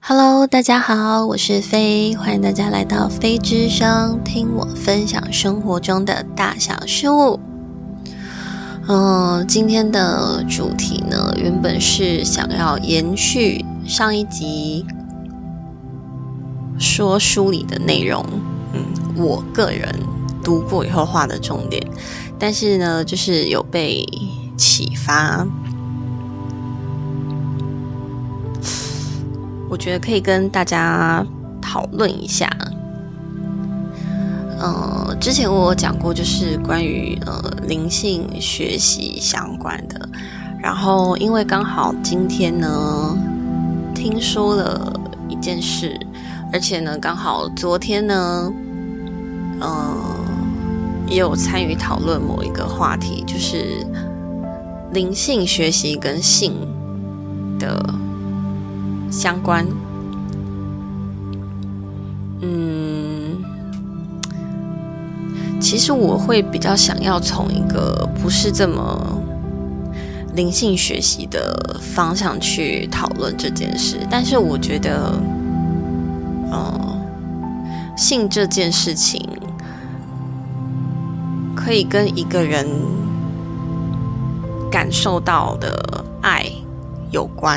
Hello， 大家好，我是飞，欢迎大家来到飞之声，听我分享生活中的大小事物。今天的主题呢，原本是想要延续上一集说书里的内容，我个人读过以后画的重点，但是呢，就是有被启发。我觉得可以跟大家讨论一下。之前我有讲过，就是关于灵性学习相关的。然后因为刚好今天呢，听说了一件事，而且呢，刚好昨天呢，也有参与讨论某一个话题，就是灵性学习跟性的相关。其实我会比较想要从一个不是这么灵性学习的方向去讨论这件事，但是我觉得性这件事情可以跟一个人感受到的爱有关，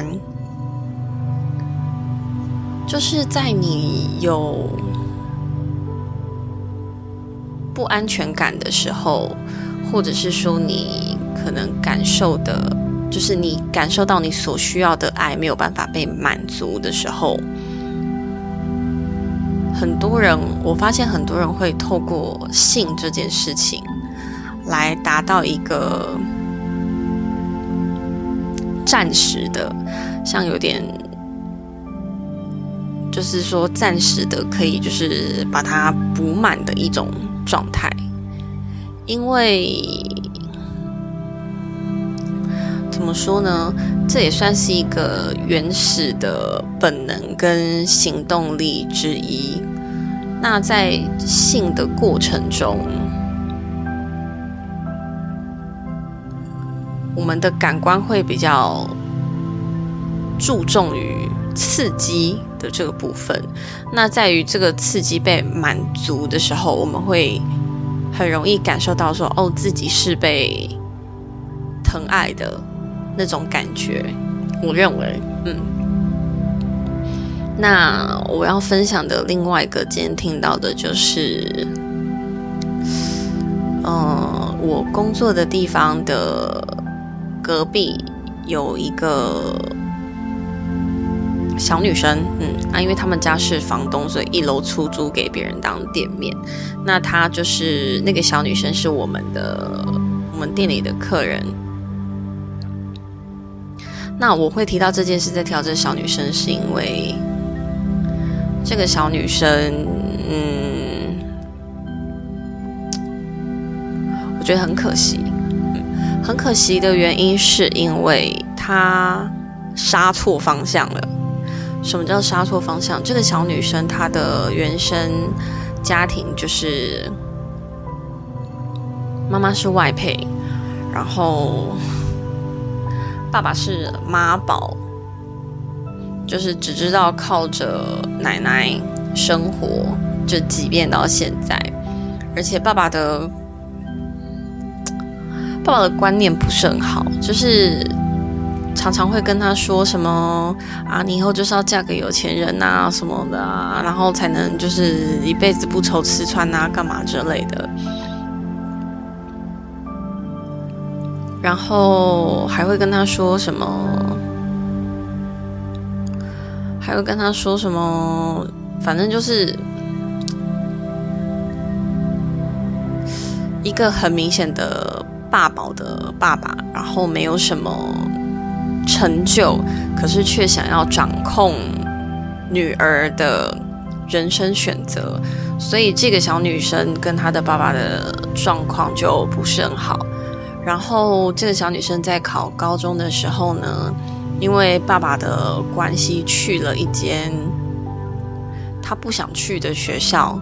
就是在你有不安全感的时候，或者是说你可能感受的，就是你感受到你所需要的爱没有办法被满足的时候，我发现很多人会透过性这件事情来达到一个暂时的，像有点就是说暂时的可以就是把它补满的一种状态。因为怎么说呢，这也算是一个原始的本能跟行动力之一。那在性的过程中，我们的感官会比较注重于刺激的这个部分，那在于这个刺激被满足的时候，我们会很容易感受到说，自己是被疼爱的那种感觉。我认为，那我要分享的另外一个今天听到的就是，我工作的地方的隔壁有一个小女生，因为他们家是房东，所以一楼出租给别人当店面。那她就是那个小女生是我们店里的客人。那我会提到这件事，在提到这个小女生，是因为这个小女生，我觉得很可惜。很可惜的原因是因为她杀错方向了。什么叫杀错方向？这个小女生她的原生家庭就是妈妈是外配，然后爸爸是妈宝，就是只知道靠着奶奶生活，就即便到现在。而且爸爸的观念不是很好，就是常常会跟他说什么你以后就是要嫁给有钱人啊什么的啊，然后才能就是一辈子不愁吃穿啊干嘛之类的。然后还会跟他说什么，反正就是一个很明显的爸宝的爸爸，然后没有什么成就，可是却想要掌控女儿的人生选择，所以这个小女生跟她的爸爸的状况就不是很好。然后这个小女生在考高中的时候呢，因为爸爸的关系去了一间她不想去的学校，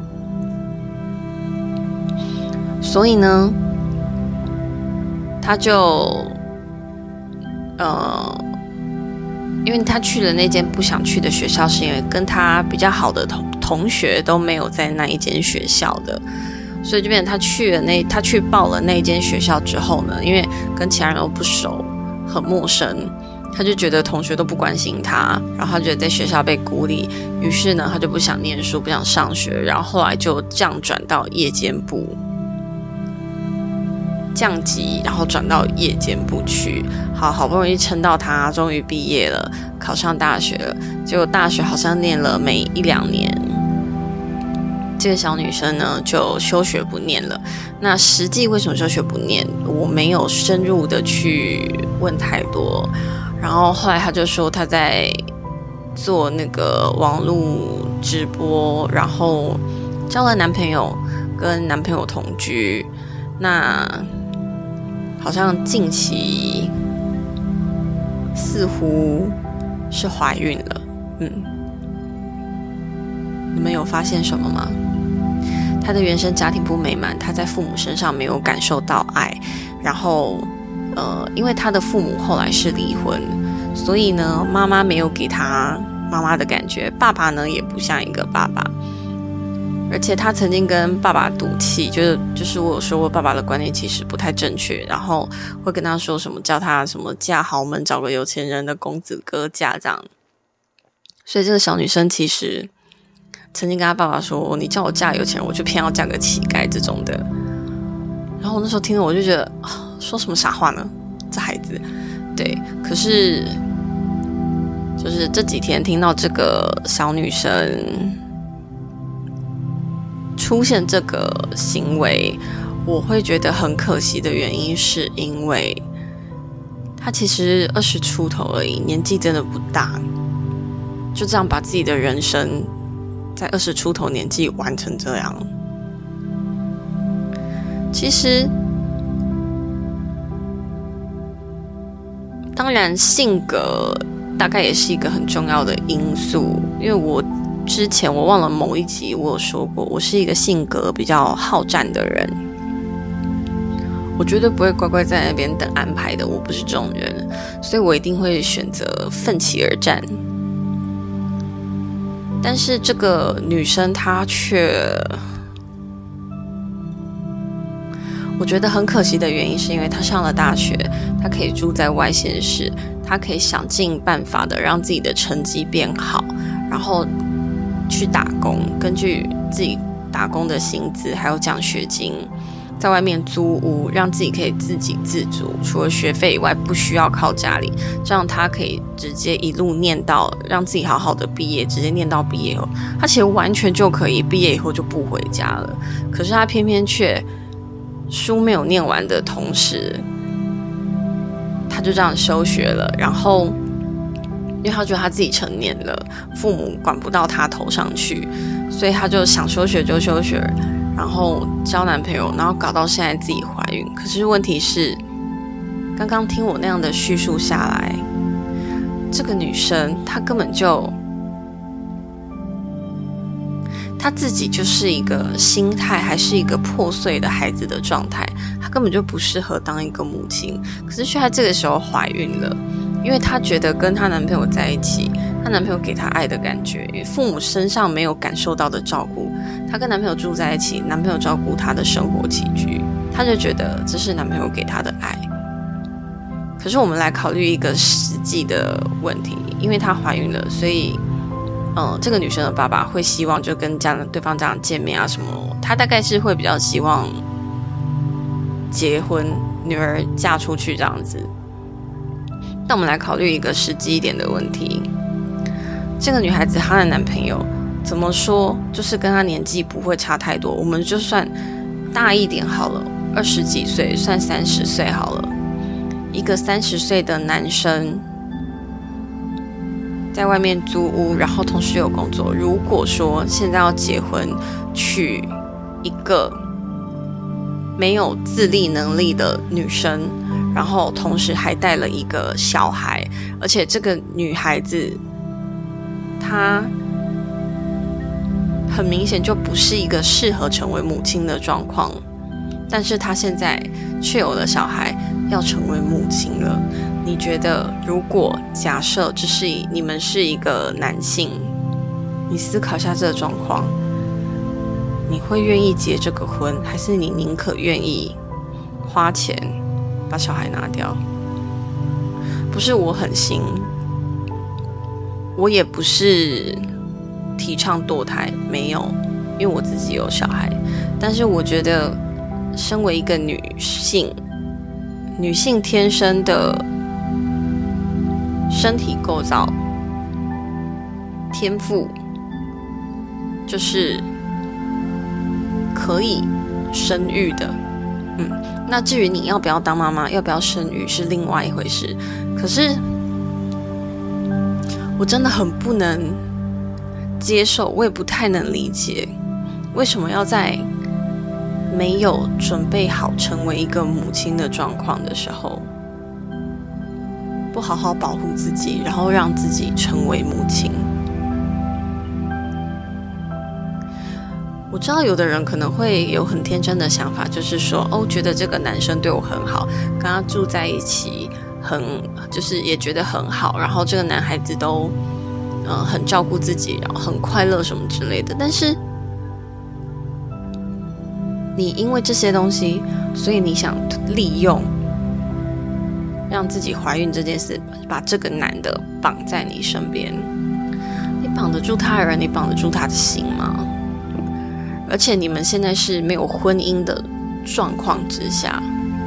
所以呢她就因为他去了那间不想去的学校，是因为跟他比较好的同学都没有在那一间学校的，所以就变成他去报了那间学校之后呢，因为跟其他人都不熟，很陌生，他就觉得同学都不关心他，然后他觉得在学校被孤立，于是呢他就不想念书，不想上学，然后后来就降转到夜间部，降级，然后转到夜间部去，好不容易撑到他终于毕业了，考上大学了，结果大学好像念了没1-2年，这个小女生呢就休学不念了。那实际为什么休学不念，我没有深入的去问太多。然后后来她就说她在做那个网络直播，然后交了男朋友，跟男朋友同居，那好像近期似乎是怀孕了。你们有发现什么吗？他的原生家庭不美满，他在父母身上没有感受到爱，然后因为他的父母后来是离婚，所以呢妈妈没有给他妈妈的感觉，爸爸呢也不像一个爸爸，而且他曾经跟爸爸赌气，就是我有说过爸爸的观念其实不太正确，然后会跟他说什么叫他什么嫁豪门，找个有钱人的公子哥嫁这样。所以这个小女生其实曾经跟他爸爸说，你叫我嫁有钱人，我就偏要嫁个乞丐这种的。然后我那时候听了我就觉得说什么傻话呢，这孩子。对，可是就是这几天听到这个小女生出现这个行为，我会觉得很可惜的原因是因为她其实20出头而已，年纪真的不大，就这样把自己的人生在20出头年纪玩成这样。其实当然性格大概也是一个很重要的因素，因为我之前我忘了某一集我有说过，我是一个性格比较好战的人，我绝对不会乖乖在那边等安排的，我不是这种人，所以我一定会选择奋起而战。但是这个女生她却，我觉得很可惜的原因是因为她上了大学，她可以住在外县市，她可以想尽办法的让自己的成绩变好，然后去打工，根据自己打工的薪资还有奖学金，在外面租屋，让自己可以自给自足，除了学费以外不需要靠家里，这样他可以直接一路念到让自己好好的毕业，直接念到毕业后，他其实完全就可以毕业以后就不回家了。可是他偏偏却书没有念完的同时，他就这样休学了，然后因为他觉得他自己成年了，父母管不到他头上去，所以他就想休学就休学，然后交男朋友，然后搞到现在自己怀孕。可是问题是，刚刚听我那样的叙述下来，这个女生她根本就，她自己就是一个心态还是一个破碎的孩子的状态，她根本就不适合当一个母亲，可是却在这个时候怀孕了。因为她觉得跟她男朋友在一起，她男朋友给她爱的感觉，因为父母身上没有感受到的照顾，她跟男朋友住在一起，男朋友照顾她的生活起居，她就觉得这是男朋友给她的爱。可是我们来考虑一个实际的问题，因为她怀孕了，所以这个女生的爸爸会希望就跟对方家长见面啊什么，他大概是会比较希望结婚，女儿嫁出去这样子。那我们来考虑一个实际一点的问题，这个女孩子她的男朋友怎么说，就是跟她年纪不会差太多，我们就算大一点好了，20几岁，算30岁好了。一个30岁的男生在外面租屋，然后同时有工作，如果说现在要结婚，娶一个没有自立能力的女生，然后同时还带了一个小孩，而且这个女孩子她很明显就不是一个适合成为母亲的状况，但是她现在却有了小孩，要成为母亲了。 你觉得如果假设你们是一个男性，你思考一下这个状况，你会愿意结这个婚，还是你宁可愿意花钱把小孩拿掉？不是我狠心，我也不是提倡堕胎，没有，因为我自己有小孩。但是我觉得身为一个女性天生的身体构造天赋就是可以生育的。那至于你要不要当妈妈，要不要生育是另外一回事。可是我真的很不能接受，我也不太能理解，为什么要在没有准备好成为一个母亲的状况的时候，不好好保护自己，然后让自己成为母亲。我知道有的人可能会有很天真的想法，就是说觉得这个男生对我很好，跟他住在一起就是也觉得很好，然后这个男孩子都很照顾自己，然后很快乐什么之类的。但是你因为这些东西，所以你想利用让自己怀孕这件事，把这个男的绑在你身边，你绑得住他的人，你绑得住他的心吗？而且你们现在是没有婚姻的状况之下，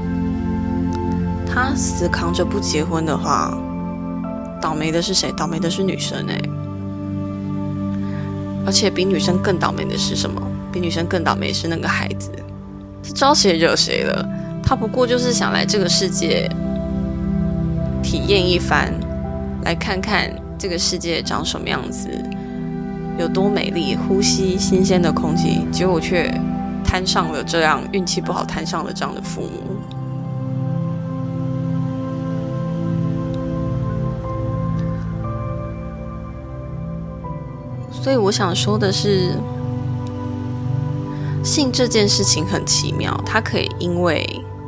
他死扛着不结婚的话，倒霉的是谁？倒霉的是女生而且比女生更倒霉的是什么？比女生更倒霉是那个孩子。是招谁惹谁了？他不过就是想来这个世界体验一番，来看看这个世界长什么样子，有多美丽，呼吸新鲜的空气，结果却摊上了这样运气不好摊上了这样的父母。所以我想说的是，性这件事情很奇妙，它可以因为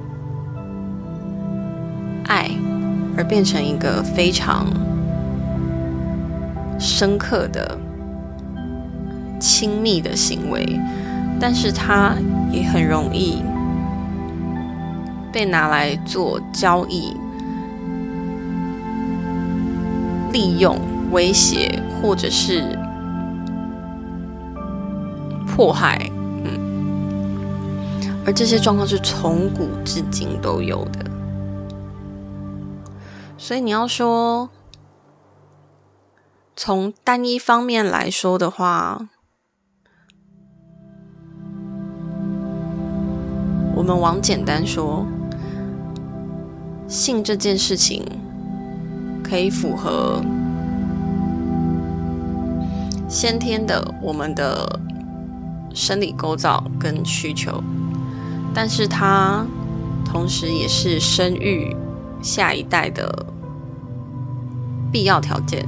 爱而变成一个非常深刻的亲密的行为，但是它也很容易被拿来做交易、利用、威胁，或者是迫害。而这些状况是从古至今都有的。所以你要说从单一方面来说的话，我们往简单说，性这件事情可以符合先天的我们的生理构造跟需求，但是它同时也是生育下一代的必要条件。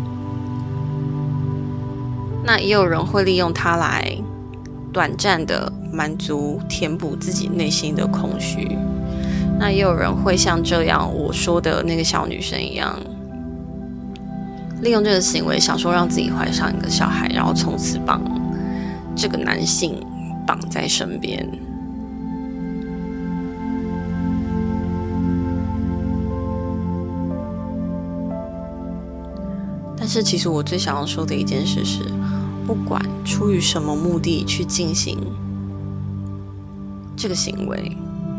那也有人会利用它来短暂的满足填补自己内心的空虚，那也有人会像这样我说的那个小女生一样，利用这个行为想说让自己怀上一个小孩，然后从此把这个男性绑在身边。但是其实我最想要说的一件事是，不管出于什么目的去进行这个行为，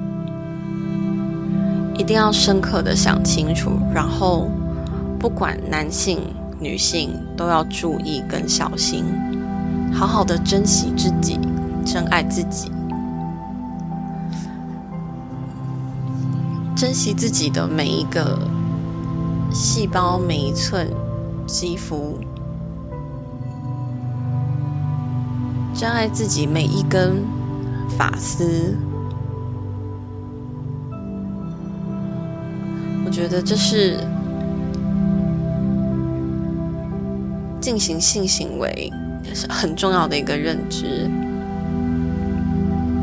一定要深刻的想清楚，然后不管男性女性都要注意跟小心，好好的珍惜自己，珍爱自己，珍惜自己的每一个细胞，每一寸肌肤，珍爱自己每一根发丝。我觉得这是进行性行为也是很重要的一个认知。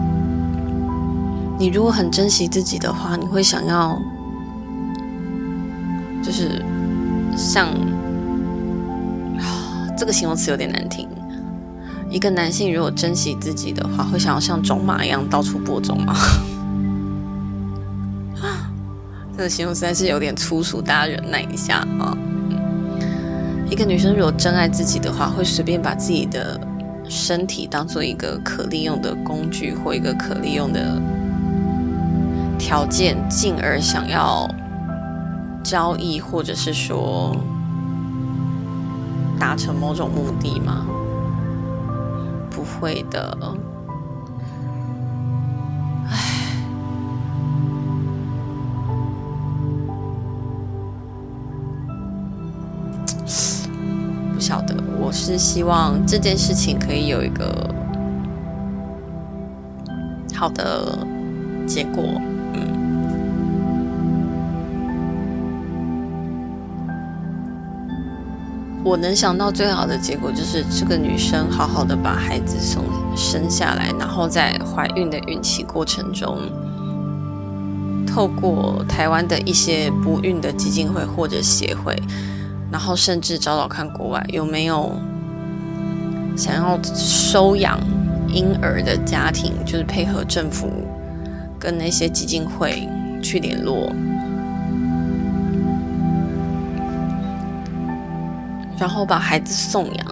你如果很珍惜自己的话，你会想要就是像这个形容词有点难听。一个男性如果珍惜自己的话，会想要像种马一样到处播种吗？这个形容实在是有点粗俗，大家忍耐一下啊。一个女生如果真爱自己的话，会随便把自己的身体当做一个可利用的工具或一个可利用的条件，进而想要交易或者是说达成某种目的吗？不会的。不晓得，我是希望这件事情可以有一个好的结果。我能想到最好的结果就是这个女生好好的把孩子生下来，然后在怀孕的孕期过程中，透过台湾的一些不孕的基金会或者协会，然后甚至找找看国外有没有想要收养婴儿的家庭，就是配合政府跟那些基金会去联络，然后把孩子送养。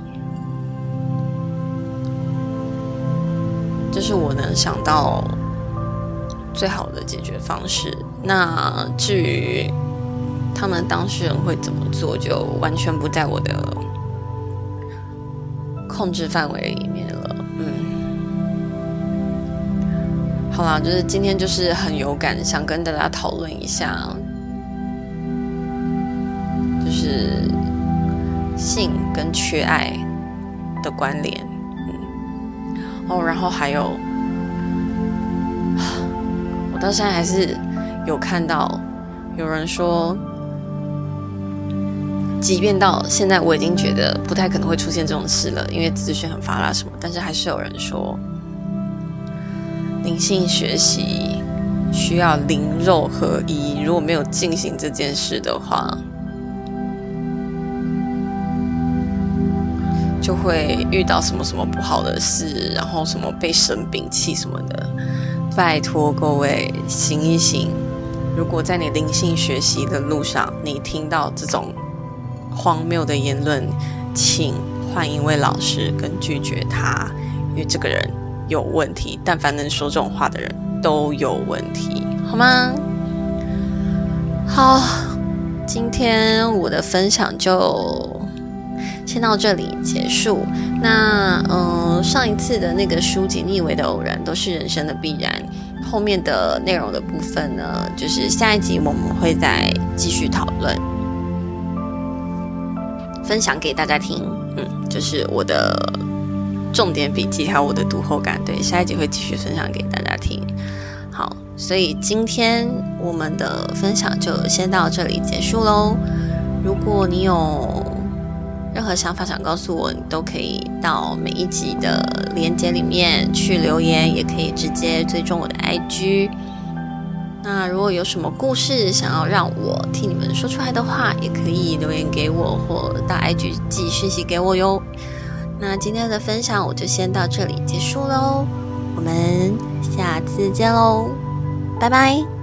这是我能想到最好的解决方式。那至于他们当事人会怎么做，就完全不在我的控制范围里面了。好啦，就是今天就是很有感，想跟大家讨论一下，就是性跟缺爱的关联。然后还有，我到现在还是有看到有人说，即便到现在我已经觉得不太可能会出现这种事了，因为资讯很发达什么，但是还是有人说灵性学习需要灵肉合一，如果没有进行这件事的话，就会遇到什么什么不好的事，然后什么被神摒弃什么的。拜托各位醒一醒，如果在你灵性学习的路上，你听到这种荒谬的言论，请换一位老师跟拒绝他，因为这个人有问题，但凡能说这种话的人都有问题，好吗？好，今天我的分享就先到这里结束。那上一次的那个书籍你以为的偶然都是人生的必然，后面的内容的部分呢，就是下一集我们会再继续讨论，分享给大家听。就是我的重点笔记还有我的读后感，对，下一集会继续分享给大家听。好，所以今天我们的分享就先到这里结束咯。如果你有任何想法想告诉我，你都可以到每一集的连结里面去留言，也可以直接追踪我的 IG。那如果有什么故事想要让我替你们说出来的话，也可以留言给我，或到 IG 寄讯息给我哟。那今天的分享我就先到这里结束咯，我们下次见咯，拜拜。